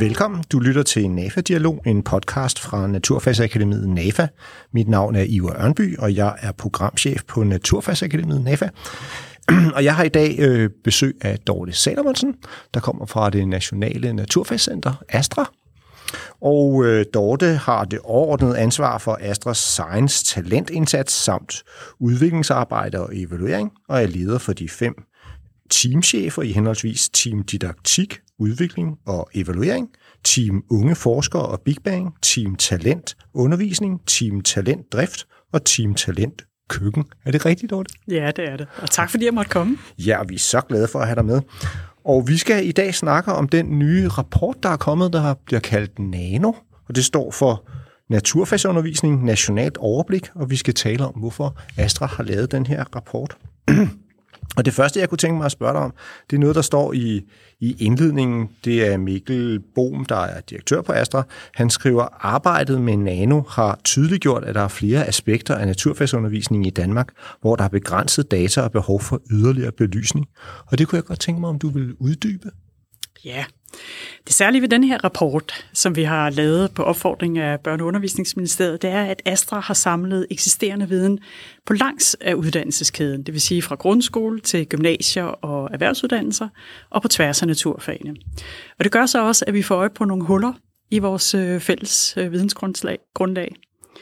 Velkommen. Du lytter til NAFA-dialog, en podcast fra Naturfagsakademiet NAFA. Mit navn er Ivar Ørnby, og jeg er programchef på Naturfagsakademiet NAFA. Og jeg har i dag besøg af Dorte Salomonsen, der kommer fra det Nationale Naturfagscenter, ASTRA. Og Dorte har det overordnede ansvar for ASTRAs Science talentindsats samt udviklingsarbejde og evaluering, og er leder for de 5 teamchefer i henholdsvis Team Didaktik, Udvikling og Evaluering, Team Unge Forskere og Big Bang, Team Talent Undervisning, Team Talent Drift og Team Talent Køkken. Er det rigtigt, Dorte? Ja, det er det. Og tak fordi jeg måtte komme. Ja, vi er så glade for at have dig med. Og vi skal i dag snakke om den nye rapport, der er kommet, der bliver kaldt NANO. Og det står for Naturfagsundervisning, Nationalt Overblik, og vi skal tale om, hvorfor ASTRA har lavet den her rapport. Og det første, jeg kunne tænke mig at spørge dig om, det er noget, der står i indledningen. Det er Mikkel Bohm, der er direktør på ASTRA. Han skriver, arbejdet med NANO har tydeliggjort, at der er flere aspekter af naturfagsundervisningen i Danmark, hvor der er begrænset data og behov for yderligere belysning. Og det kunne jeg godt tænke mig, om du vil uddybe. Ja, det særlige ved den her rapport, som vi har lavet på opfordring af Børne- og Undervisningsministeriet, det er, at ASTRA har samlet eksisterende viden på langs af uddannelseskæden, det vil sige fra grundskole til gymnasier og erhvervsuddannelser og på tværs af naturfagene. Og det gør så også, at vi får øje på nogle huller i vores fælles vidensgrundlag.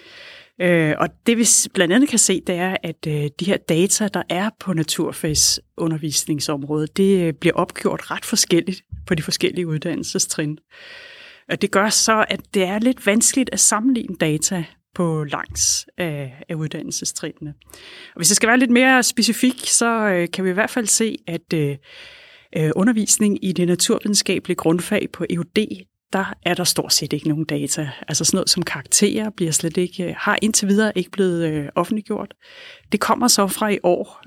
Og det vi blandt andet kan se, det er, at de her data, der er på naturfagsundervisningsområdet, det bliver opgjort ret forskelligt på de forskellige uddannelsestrin. Og det gør så, at det er lidt vanskeligt at sammenligne data på langs af uddannelsestrinene. Og hvis jeg skal være lidt mere specifik, så kan vi i hvert fald se, at undervisning i det naturvidenskabelige grundfag på EUD, der er der stort set ikke nogen data. Altså sådan noget som karakterer har indtil videre ikke blevet offentliggjort. Det kommer så fra i år,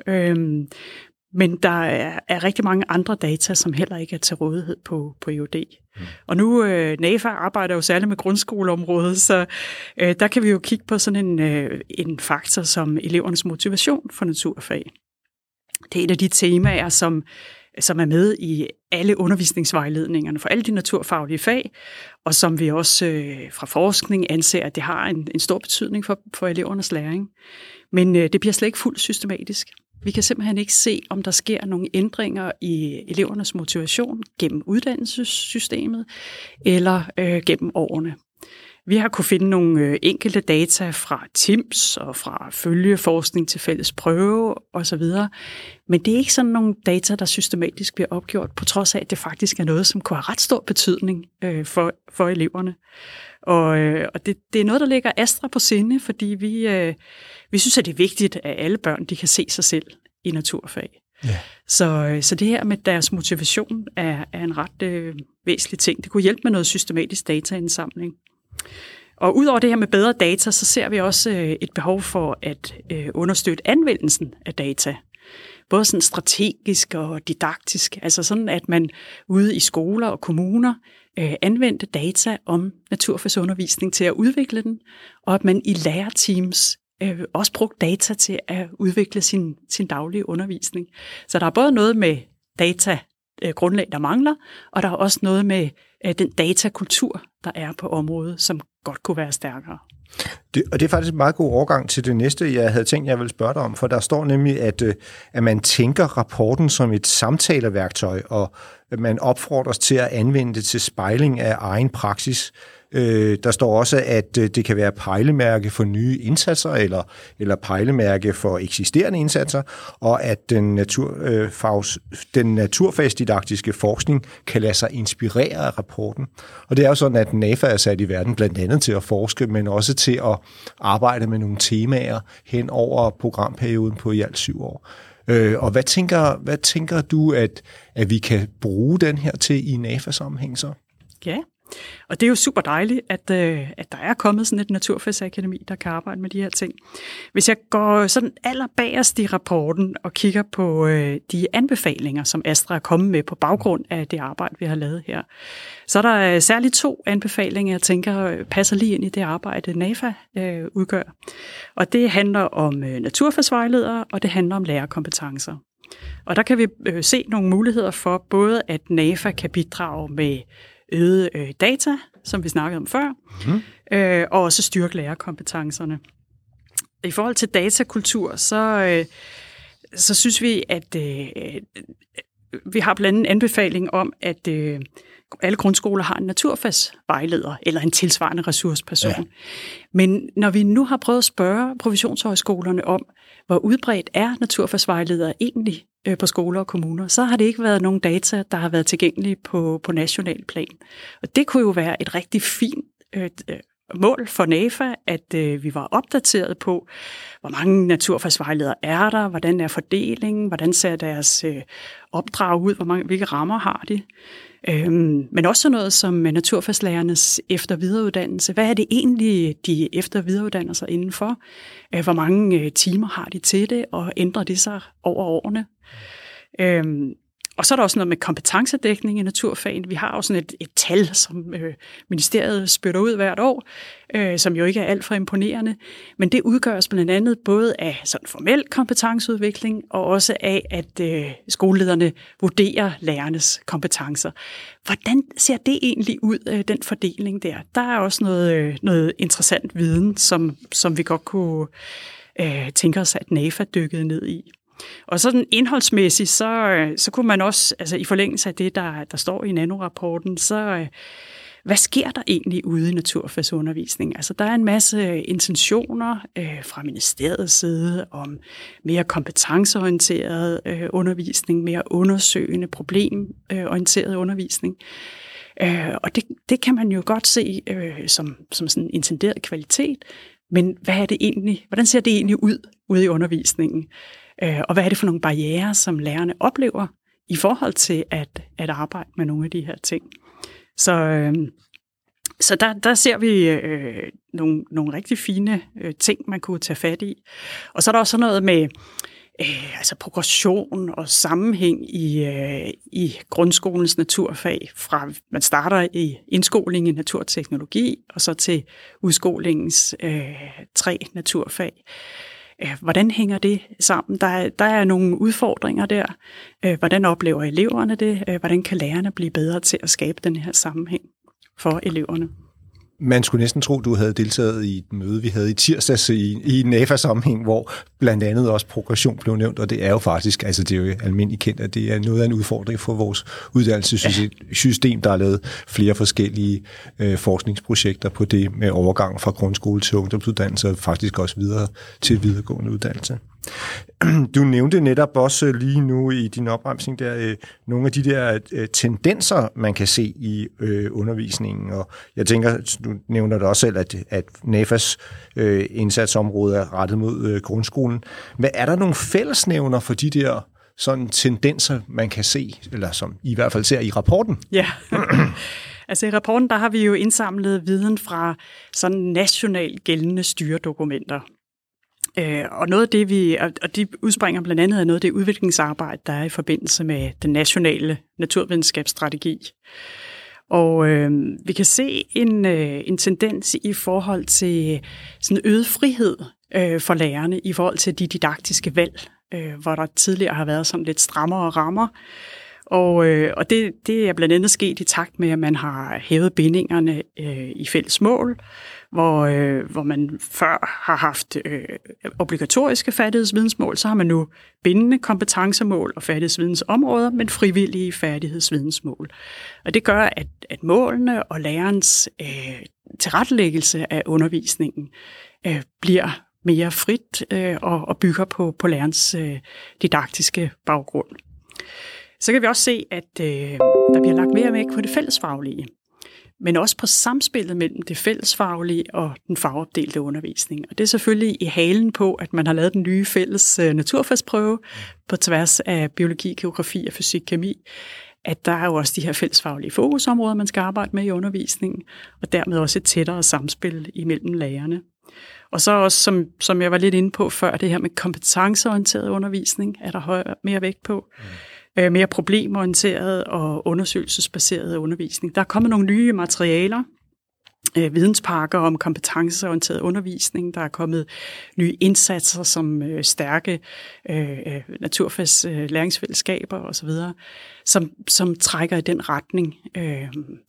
men der er rigtig mange andre data, som heller ikke er til rådighed på EUD. Og nu, NAFA arbejder jo særligt med grundskoleområdet, så der kan vi jo kigge på sådan en faktor som elevernes motivation for naturfag. Det er et af de temaer, som er med i alle undervisningsvejledningerne for alle de naturfaglige fag, og som vi også fra forskning anser, at det har en stor betydning for elevernes læring. Men det bliver slet ikke fuldt systematisk. Vi kan simpelthen ikke se, om der sker nogle ændringer i elevernes motivation gennem uddannelsessystemet eller gennem årene. Vi har kunne finde nogle enkelte data fra TIMSS og fra følgeforskning til fælles prøve osv., men det er ikke sådan nogle data, der systematisk bliver opgjort, på trods af, at det faktisk er noget, som kunne have ret stor betydning for eleverne. Og det er noget, der ligger ASTRA på sinde, fordi vi synes, at det er vigtigt, at alle børn de kan se sig selv i naturfag. Ja. Så det her med deres motivation er en ret væsentlig ting. Det kunne hjælpe med noget systematisk dataindsamling. Og udover det her med bedre data, så ser vi også et behov for at understøtte anvendelsen af data. Både sådan strategisk og didaktisk, altså sådan at man ude i skoler og kommuner anvendte data om naturfagsundervisning til at udvikle den, og at man i lærerteams også brugte data til at udvikle sin daglige undervisning. Så der er både noget med datagrundlag, der mangler, og der er også noget med den datakultur, der er på området, som godt kunne være stærkere. Og det er faktisk en meget god overgang til det næste, jeg havde tænkt, jeg ville spørge dig om, for der står nemlig, at man tænker rapporten som et samtaleværktøj, og man opfordres til at anvende det til spejling af egen praksis. Der står også, at det kan være pejlemærke for nye indsatser, eller pejlemærke for eksisterende indsatser, og at den naturfagsdidaktiske forskning kan lade sig inspirere af rapporten. Og det er jo sådan, at NAFA er sat i verden blandt andet til at forske, men også til at arbejde med nogle temaer hen over programperioden på i alt 7 år. Og hvad tænker du, at vi kan bruge den her til i NAFA-sammenhæng så? Ja, og det er jo super dejligt, at der er kommet sådan et naturfagsakademi, der kan arbejde med de her ting. Hvis jeg går sådan allerbagerst i rapporten og kigger på de anbefalinger, som ASTRA er kommet med på baggrund af det arbejde, vi har lavet her, så er der særligt 2 anbefalinger, jeg tænker passer lige ind i det arbejde, NAFA udgør. Og det handler om naturfagsvejledere, og det handler om lærerkompetencer. Og der kan vi se nogle muligheder for både, at NAFA kan bidrage med øget data, som vi snakkede om før, og også styrke lærerkompetencerne. I forhold til datakultur, så synes vi, at vi har blandt andet en anbefaling om, at alle grundskoler har en naturfagsvejleder eller en tilsvarende ressourceperson. Ja. Men når vi nu har prøvet at spørge professionshøjskolerne om, hvor udbredt er naturfagsvejledere egentlig på skoler og kommuner, så har det ikke været nogen data, der har været tilgængelige på national plan. Og det kunne jo være et rigtig fint mål for NAFA, at vi var opdateret på, hvor mange naturfagsvejledere er der, hvordan er fordelingen, hvordan ser deres opdrag ud, hvilke rammer har de. Men også noget som naturfagslærernes efter- og videreuddannelse. Hvad er det egentlig, de efter- og videreuddanner sig indenfor? Hvor mange timer har de til det, og ændrer det sig over årene? Og så er der også noget med kompetencedækning i naturfagen. Vi har jo sådan et tal, som ministeriet spytter ud hvert år, som jo ikke er alt for imponerende. Men det udgøres blandt andet både af sådan formel kompetenceudvikling, og også af, at skolelederne vurderer lærernes kompetencer. Hvordan ser det egentlig ud, den fordeling der? Der er også noget interessant viden, som vi godt kunne tænke os, at NAFA dykkede ned i. Og sådan indholdsmæssigt, så kunne man også, altså i forlængelse af det, der står i NANO-rapporten, så hvad sker der egentlig ude i naturfagsundervisning? Altså der er en masse intentioner fra ministeriets side om mere kompetenceorienteret undervisning, mere undersøgende, problemorienteret undervisning. Og det kan man jo godt se som sådan en intenderet kvalitet, men hvad er det egentlig? Hvordan ser det egentlig ud ude i undervisningen? Og hvad er det for nogle barrierer, som lærerne oplever i forhold til at arbejde med nogle af de her ting? Så der ser vi nogle rigtig fine ting, man kunne tage fat i. Og så er der også noget med altså progression og sammenhæng i grundskolens naturfag, fra man starter i indskoling i naturteknologi, og så til udskolingens 3 naturfag. Hvordan hænger det sammen? Der er nogle udfordringer der. Hvordan oplever eleverne det? Hvordan kan lærerne blive bedre til at skabe den her sammenhæng for eleverne? Man skulle næsten tro, du havde deltaget i et møde, vi havde i tirsdags i NAFA-sammenhæng, hvor blandt andet også progression blev nævnt, og det er jo faktisk, altså det er jo almindeligt kendt, at det er noget af en udfordring for vores uddannelsessystem, der har lavet flere forskellige forskningsprojekter på det med overgang fra grundskole til ungdomsuddannelse, og faktisk også videre til videregående uddannelse. Du nævnte netop også lige nu i din opremsning der nogle af de der tendenser, man kan se i undervisningen, og jeg tænker, du nævner det også selv, at NAFAs indsatsområde er rettet mod grundskolen. Hvad er der nogle fællesnævner for de der sådan tendenser, man kan se, eller som I hvert fald ser i rapporten? Ja, altså i rapporten, der har vi jo indsamlet viden fra sådan nationalt gældende styredokumenter. Og noget af det, og de udspringer blandt andet af noget af det udviklingsarbejde, der er i forbindelse med den nationale naturvidenskabsstrategi. Og vi kan se en tendens i forhold til sådan øget frihed for lærerne i forhold til de didaktiske valg, hvor der tidligere har været sådan lidt strammere rammer. Og det er blandt andet sket i takt med, at man har hævet bindingerne i fælles mål, hvor man før har haft obligatoriske færdighedsvidensmål, så har man nu bindende kompetencemål og færdighedsvidensområder, men frivillige færdighedsvidensmål. Og det gør, at målene og lærerens tilrettelæggelse af undervisningen bliver mere frit og bygger på lærerens didaktiske baggrund. Så kan vi også se, at der bliver lagt mere vægt på det fællesfaglige, men også på samspillet mellem det fællesfaglige og den fagopdelte undervisning. Og det er selvfølgelig i halen på, at man har lavet den nye fælles naturfagsprøve på tværs af biologi, geografi og fysik, kemi, at der er jo også de her fællesfaglige fokusområder, man skal arbejde med i undervisningen, og dermed også et tættere samspil imellem lærerne. Og så også, som jeg var lidt inde på før, det her med kompetenceorienteret undervisning, er der mere vægt på. Mere problemorienteret og undersøgelsesbaseret undervisning. Der er kommet nogle nye materialer, videnspakker om kompetenceorienteret undervisning. Der er kommet nye indsatser som stærke naturfags læringsfællesskaber osv., som trækker i den retning.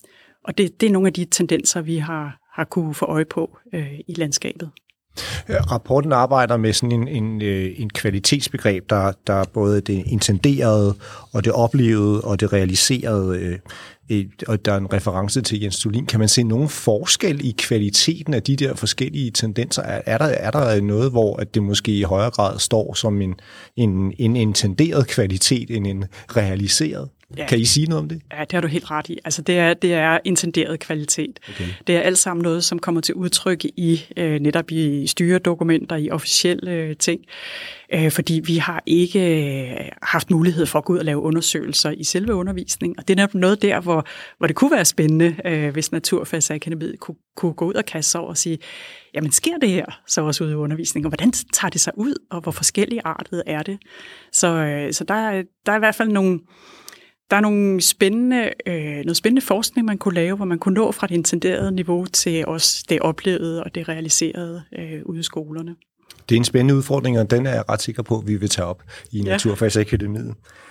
Og det er nogle af de tendenser, vi har kunne få øje på i landskabet. Rapporten arbejder med sådan en kvalitetsbegreb, der er både det intenderede, og det oplevede, og det realiserede, og der er en reference til Jens Thulin. Kan man se nogen forskel i kvaliteten af de der forskellige tendenser? Er der noget, hvor at det måske i højere grad står som en intenderet kvalitet end en realiseret? Ja. Kan I sige noget om det? Ja, det har du helt ret i. Altså det er intenderet kvalitet. Okay. Det er alt sammen noget, som kommer til udtryk i netop i styredokumenter, i officielle ting. Fordi vi har ikke haft mulighed for at gå ud og lave undersøgelser i selve undervisningen. Og det er netop noget der, hvor det kunne være spændende, hvis Naturfagsakademiet kunne gå ud og kaste sig over og sige, jamen sker det her så også ude i undervisningen, og hvordan tager det sig ud, og hvor forskellige artet er det? Så der er i hvert fald noget spændende forskning, man kunne lave, hvor man kunne nå fra det intenderede niveau til også det oplevede og det realiserede ude i skolerne. Det er en spændende udfordring, og den er jeg ret sikker på, at vi vil tage op i Naturfagsakademiet.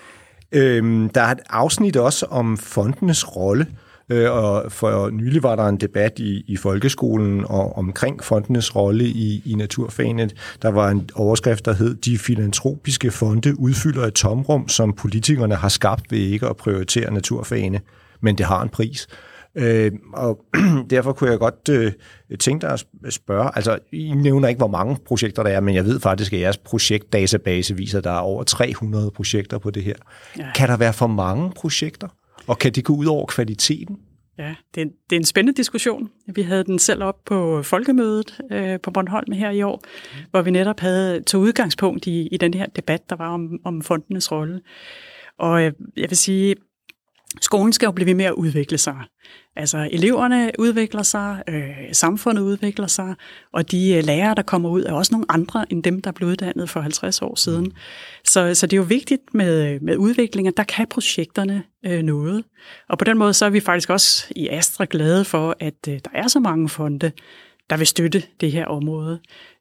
Der er et afsnit også om fondenes rolle, og for nylig var der en debat i folkeskolen omkring fondenes rolle i naturfagene. Der var en overskrift, der hed, de filantropiske fonde udfylder et tomrum, som politikerne har skabt ved ikke at prioritere naturfagene, men det har en pris. Og derfor kunne jeg godt tænke dig at spørge, altså I nævner ikke, hvor mange projekter der er, men jeg ved faktisk, at jeres projektdatabase viser, at der er over 300 projekter på det her. Ja. Kan der være for mange projekter? Og kan det gå ud over kvaliteten? Ja, det er en spændende diskussion. Vi havde den selv op på folkemødet på Bornholm her i år, hvor vi netop tog udgangspunkt i den her debat, der var om fondenes rolle. Og jeg vil sige, skolen skal jo blive ved med at udvikle sig. Altså eleverne udvikler sig, samfundet udvikler sig, og de lærere, der kommer ud, er også nogle andre end dem, der blev uddannet for 50 år siden. Så det er jo vigtigt med udvikling, at der kan projekterne noget. Og på den måde så er vi faktisk også i Astra glade for, at der er så mange fonde, der vil støtte det her område.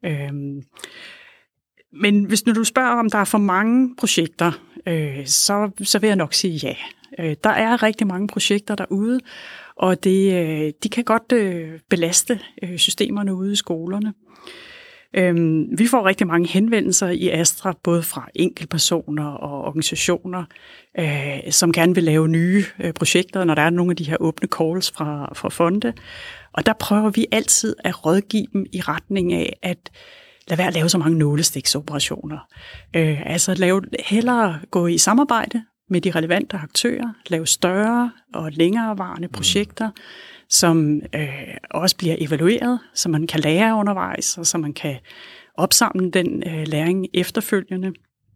Men hvis nu du spørger, om der er for mange projekter, så vil jeg nok sige ja. Der er rigtig mange projekter derude, og de kan godt belaste systemerne ude i skolerne. Vi får rigtig mange henvendelser i Astra, både fra enkeltpersoner og organisationer, som gerne vil lave nye projekter, når der er nogle af de her åbne calls fra fonde. Og der prøver vi altid at rådgive dem i retning af, at lad være at lave så mange nålestiksoperationer. Altså hellere gå i samarbejde med de relevante aktører, lave større og længerevarende projekter, som også bliver evalueret, så man kan lære undervejs, og så man kan opsamle den læring efterfølgende.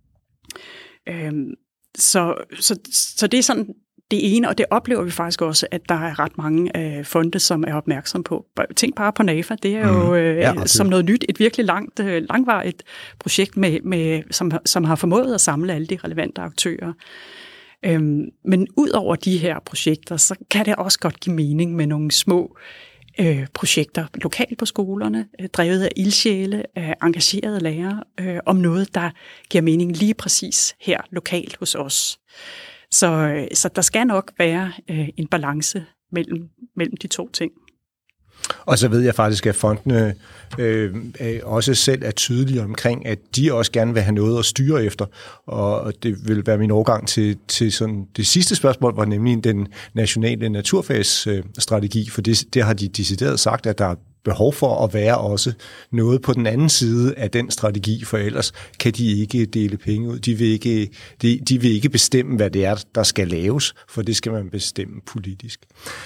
Så det er sådan det ene, og det oplever vi faktisk også, at der er ret mange fonde, som er opmærksom på. Tænk bare på NAFA, det er jo som noget nyt, et virkelig langvarigt projekt, som har formået at samle alle de relevante aktører. Men ud over de her projekter, så kan det også godt give mening med nogle små projekter lokalt på skolerne, drevet af ildsjæle, af engagerede lærere, om noget, der giver mening lige præcis her lokalt hos os. Så der skal nok være en balance mellem de to ting. Og så ved jeg faktisk, at fondene også selv er tydelige omkring, at de også gerne vil have noget at styre efter. Og det vil være min overgang til sådan det sidste spørgsmål, var nemlig den nationale naturfagsstrategi, for det har de decideret sagt, at der er behov for at være også noget på den anden side af den strategi, for ellers kan de ikke dele penge ud. De vil ikke bestemme, hvad det er, der skal laves, for det skal man bestemme politisk.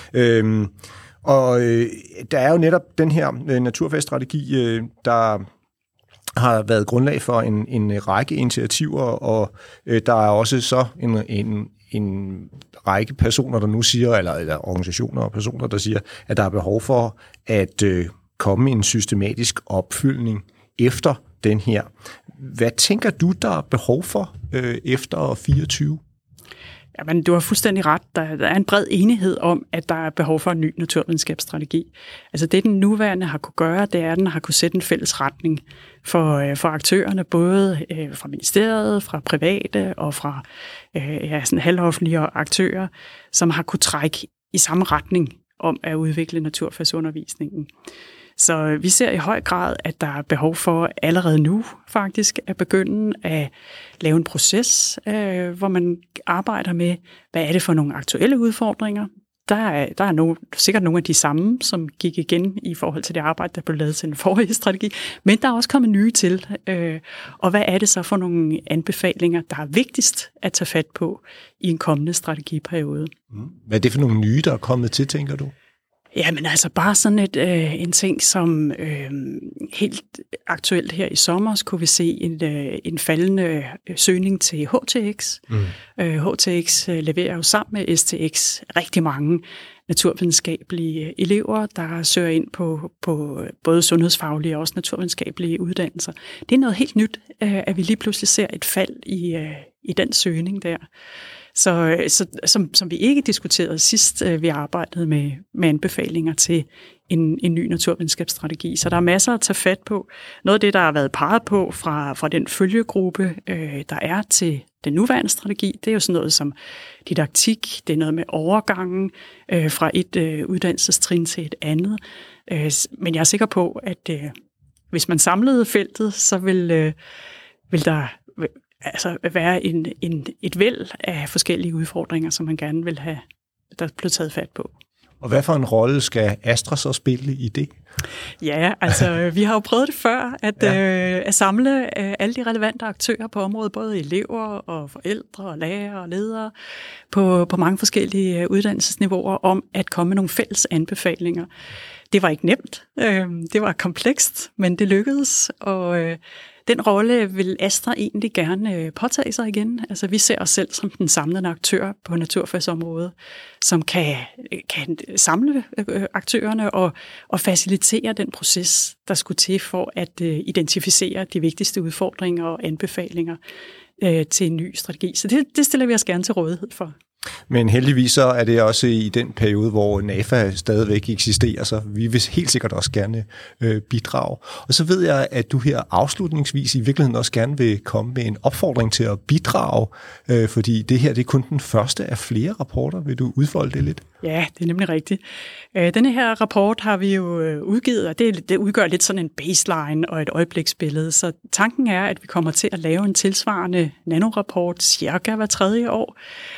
Og der er jo netop den her naturfagsstrategi, der har været grundlag for en række initiativer, og der er også så en række personer, der nu siger, eller organisationer og personer, der siger, at der er behov for at komme en systematisk opfyldning efter den her. Hvad tænker du, der er behov for efter 24? Jamen, du har fuldstændig ret. Der er en bred enighed om, at der er behov for en ny naturvidenskabsstrategi. Altså det, den nuværende har kunne gøre, det er, at den har kunne sætte en fælles retning for aktørerne, både fra ministeriet, fra private og fra sådan halvoffentlige aktører, som har kunne trække i samme retning om at udvikle naturfagsundervisningen. Så vi ser i høj grad, at der er behov for allerede nu faktisk at begynde at lave en proces, hvor man arbejder med, hvad er det for nogle aktuelle udfordringer. Der er sikkert nogle af de samme, som gik igen i forhold til det arbejde, der blev lavet til den forrige strategi, men der er også kommet nye til. Og hvad er det så for nogle anbefalinger, der er vigtigst at tage fat på i en kommende strategiperiode? Hvad er det for nogle nye, der er kommet til, tænker du? Jamen altså bare sådan en ting som helt aktuelt her i sommer, kunne vi se en faldende søgning til HTX. HTX leverer jo sammen med STX rigtig mange naturvidenskabelige elever, der søger ind på både sundhedsfaglige og også naturvidenskabelige uddannelser. Det er noget helt nyt, at vi lige pludselig ser et fald i den søgning der. Så som vi ikke diskuterede sidst, vi arbejdede med anbefalinger til en ny naturvidenskabsstrategi. Så der er masser at tage fat på. Noget af det, der har været peget på fra den følgegruppe, der er til den nuværende strategi, det er jo sådan noget som didaktik, det er noget med overgangen fra et uddannelsestrin til et andet. Men jeg er sikker på, at hvis man samlede feltet, så vil der være et væld af forskellige udfordringer, som man gerne vil have, der blev taget fat på. Og hvad for en rolle skal Astra så spille i det? Ja, altså vi har jo prøvet det før, at samle alle de relevante aktører på området, både elever og forældre og lærere og ledere, på mange forskellige uddannelsesniveauer, om at komme med nogle fælles anbefalinger. Det var ikke nemt, det var komplekst, men det lykkedes, og den rolle vil Astra egentlig gerne påtage sig igen. Altså, vi ser os selv som den samlende aktør på naturfagsområdet, som kan samle aktørerne og facilitere den proces, der skulle til for at identificere de vigtigste udfordringer og anbefalinger til en ny strategi. Så det stiller vi os gerne til rådighed for. Men heldigvis så er det også i den periode, hvor NAFA stadigvæk eksisterer, så vi vil helt sikkert også gerne bidrage. Og så ved jeg, at du her afslutningsvis i virkeligheden også gerne vil komme med en opfordring til at bidrage, fordi det her det er kun den første af flere rapporter. Vil du udfolde det lidt? Ja, det er nemlig rigtigt. Denne her rapport har vi jo udgivet, og det udgør lidt sådan en baseline og et øjebliksbillede. Så tanken er, at vi kommer til at lave en tilsvarende nanorapport cirka hver 3. år.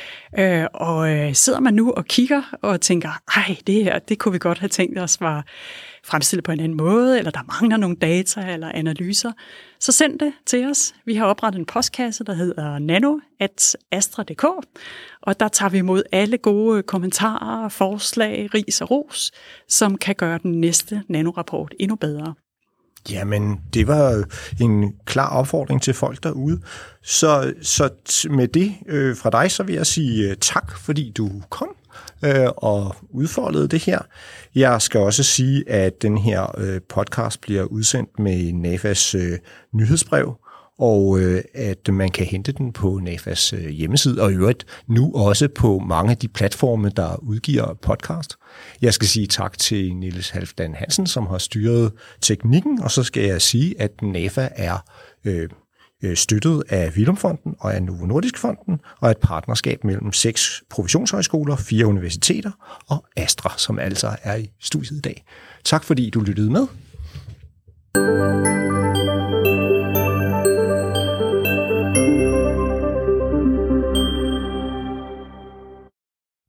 Og sidder man nu og kigger og tænker, det her, det kunne vi godt have tænkt os var fremstillet på en anden måde, eller der mangler nogle data eller analyser, så send det til os. Vi har oprettet en postkasse, der hedder nano@astra.dk, og der tager vi imod alle gode kommentarer, forslag, ris og ros, som kan gøre den næste nanorapport endnu bedre. Jamen, det var en klar opfordring til folk derude. Så med det fra dig, så vil jeg sige tak, fordi du kom og udfoldede det her. Jeg skal også sige, at den her podcast bliver udsendt med NAFAs nyhedsbrev, og at man kan hente den på NAFAs hjemmeside, og i øvrigt nu også på mange af de platforme, der udgiver podcast. Jeg skal sige tak til Niels Halfdan Hansen, som har styret teknikken, og så skal jeg sige, at NAFA er støttet af Villumfonden og af Novo Nordisk Fonden, og et partnerskab mellem 6 professionshøjskoler, 4 universiteter og Astra, som altså er i studiet i dag. Tak fordi du lyttede med.